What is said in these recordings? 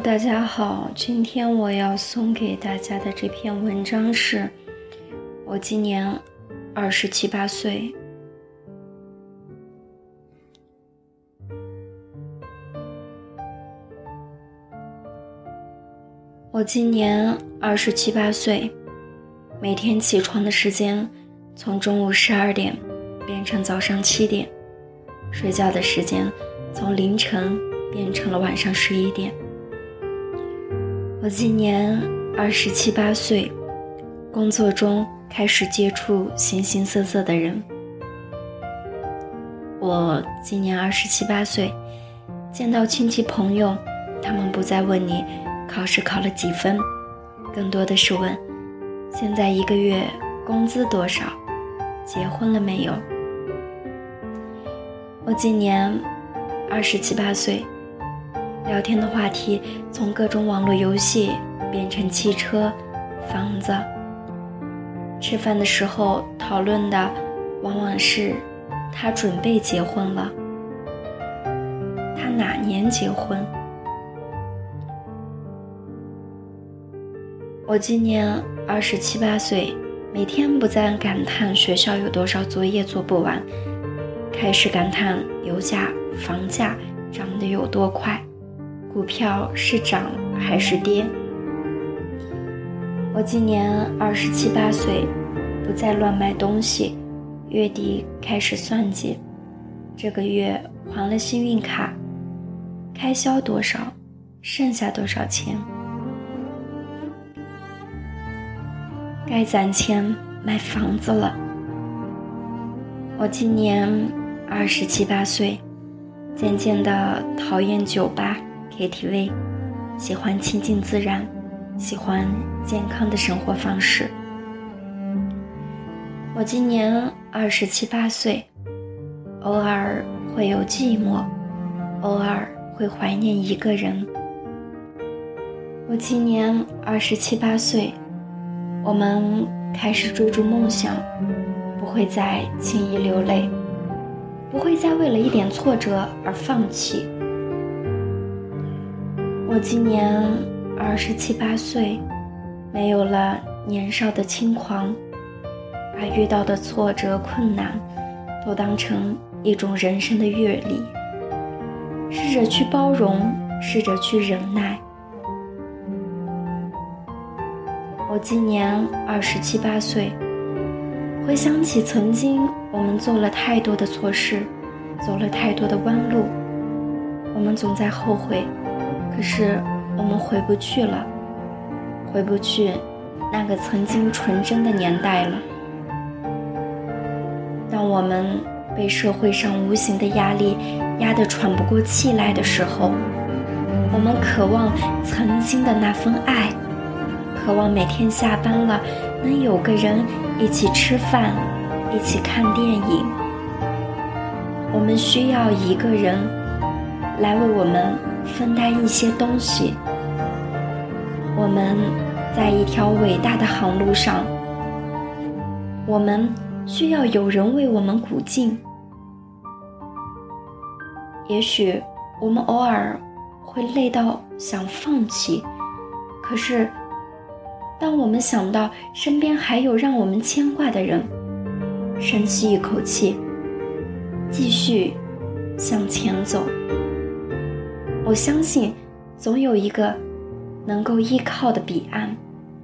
大家好，今天我要送给大家的这篇文章是我今年27、28岁。我今年27、28岁，每天起床的时间从中午12点变成早上7点，睡觉的时间从凌晨变成了晚上11点。我今年27、28岁，工作中开始接触形形色色的人。我今年27、28岁，见到亲戚朋友，他们不再问你考试考了几分，更多的是问现在1个月工资多少，结婚了没有。我今年27、28岁，聊天的话题从各种网络游戏变成汽车、房子。吃饭的时候讨论的往往是他准备结婚了，他哪年结婚。我今年27、28岁，每天不再感叹学校有多少作业做不完，开始感叹油价、房价涨得有多快，股票是涨还是跌。我今年27、28岁，不再乱买东西，月底开始算计，这个月还了信用卡，开销多少，剩下多少钱。该攒钱买房子了。我今年27、28岁，渐渐地讨厌酒吧、KTV， 喜欢亲近自然，喜欢健康的生活方式。我今年27、28岁，偶尔会有寂寞，偶尔会怀念一个人。我今年27、28岁，我们开始追逐梦想，不会再轻易流泪，不会再为了一点挫折而放弃。我今年27、28岁，没有了年少的轻狂，把遇到的挫折困难都当成一种人生的阅历，试着去包容，试着去忍耐。我今年27、28岁，回想起曾经我们做了太多的错事，走了太多的弯路，我们总在后悔，可是我们回不去了，回不去那个曾经纯真的年代了。当我们被社会上无形的压力压得喘不过气来的时候，我们渴望曾经的那份爱，渴望每天下班了能有个人一起吃饭，一起看电影。我们需要一个人来为我们分担一些东西。我们在一条伟大的航路上，我们需要有人为我们鼓劲。也许我们偶尔会累到想放弃，可是当我们想到身边还有让我们牵挂的人，深吸一口气，继续向前走。我相信总有一个能够依靠的彼岸。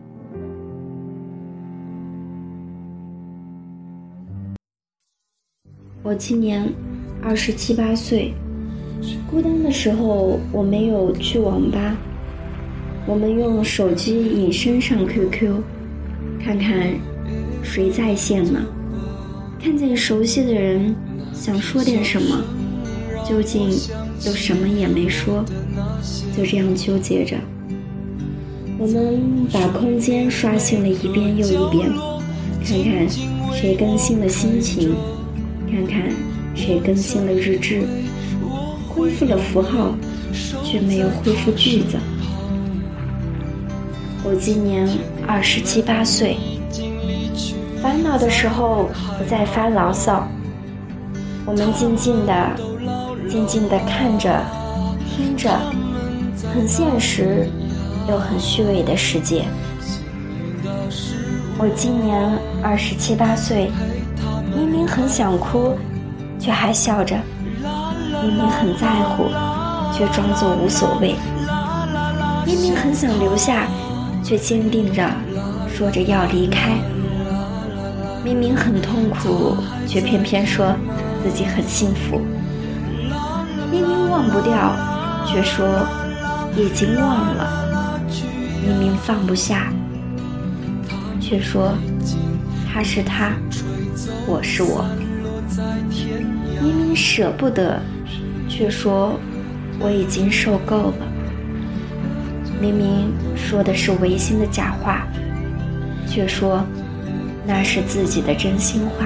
我今年27、28岁，孤单的时候我没有去网吧，我们用手机隐身上 QQ， 看看谁在线呢？看见熟悉的人，想说点什么，究竟又什么也没说，就这样纠结着。我们把空间刷新了一遍又一遍，看看谁更新了心情，看看谁更新了日志，恢复了符号，却没有恢复句子。我今年27、28岁，烦恼的时候不再发牢骚，我们静静地看着听着， 很现实又很虚伪的世界。我今年27、28岁，明明很想哭，却还笑着；明明很在乎，却装作无所谓；明明很想留下，却坚定着说着要离开；明明很痛苦，却偏偏说自己很幸福；明明忘不掉，却说已经忘了；明明放不下，却说他是他，我是我；明明舍不得，却说我已经受够了；明明说的是违心的假话，却说那是自己的真心话；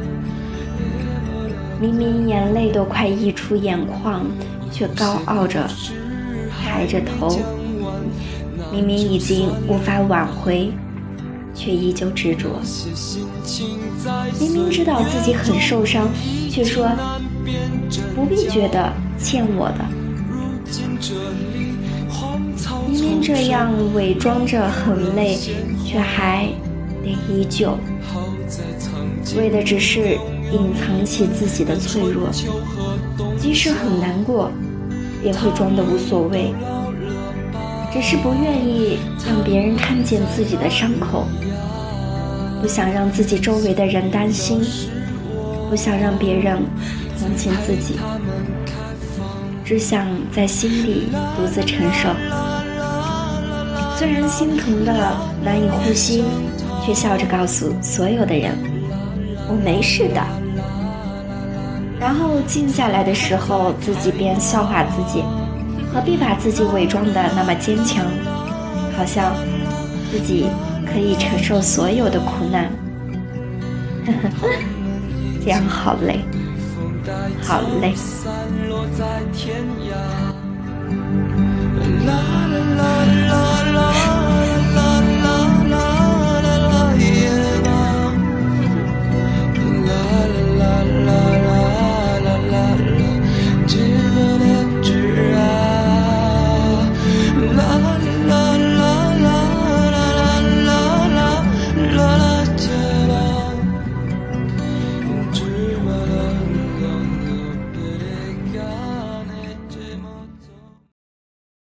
明明眼泪都快溢出眼眶，却高傲着抬着头；明明已经无法挽回，却依旧执着；明明知道自己很受伤，却说不必觉得欠我的；明明这样伪装着很累，却还得依旧，为的只是隐藏起自己的脆弱，即使很难过，也会装得无所谓，只是不愿意让别人看见自己的伤口，不想让自己周围的人担心，不想让别人同情自己，只想在心里独自承受。虽然心疼的难以呼吸，却笑着告诉所有的人，我没事的。然后静下来的时候，自己便笑话自己，何必把自己伪装的那么坚强，好像自己可以承受所有的苦难。这样好累，好累。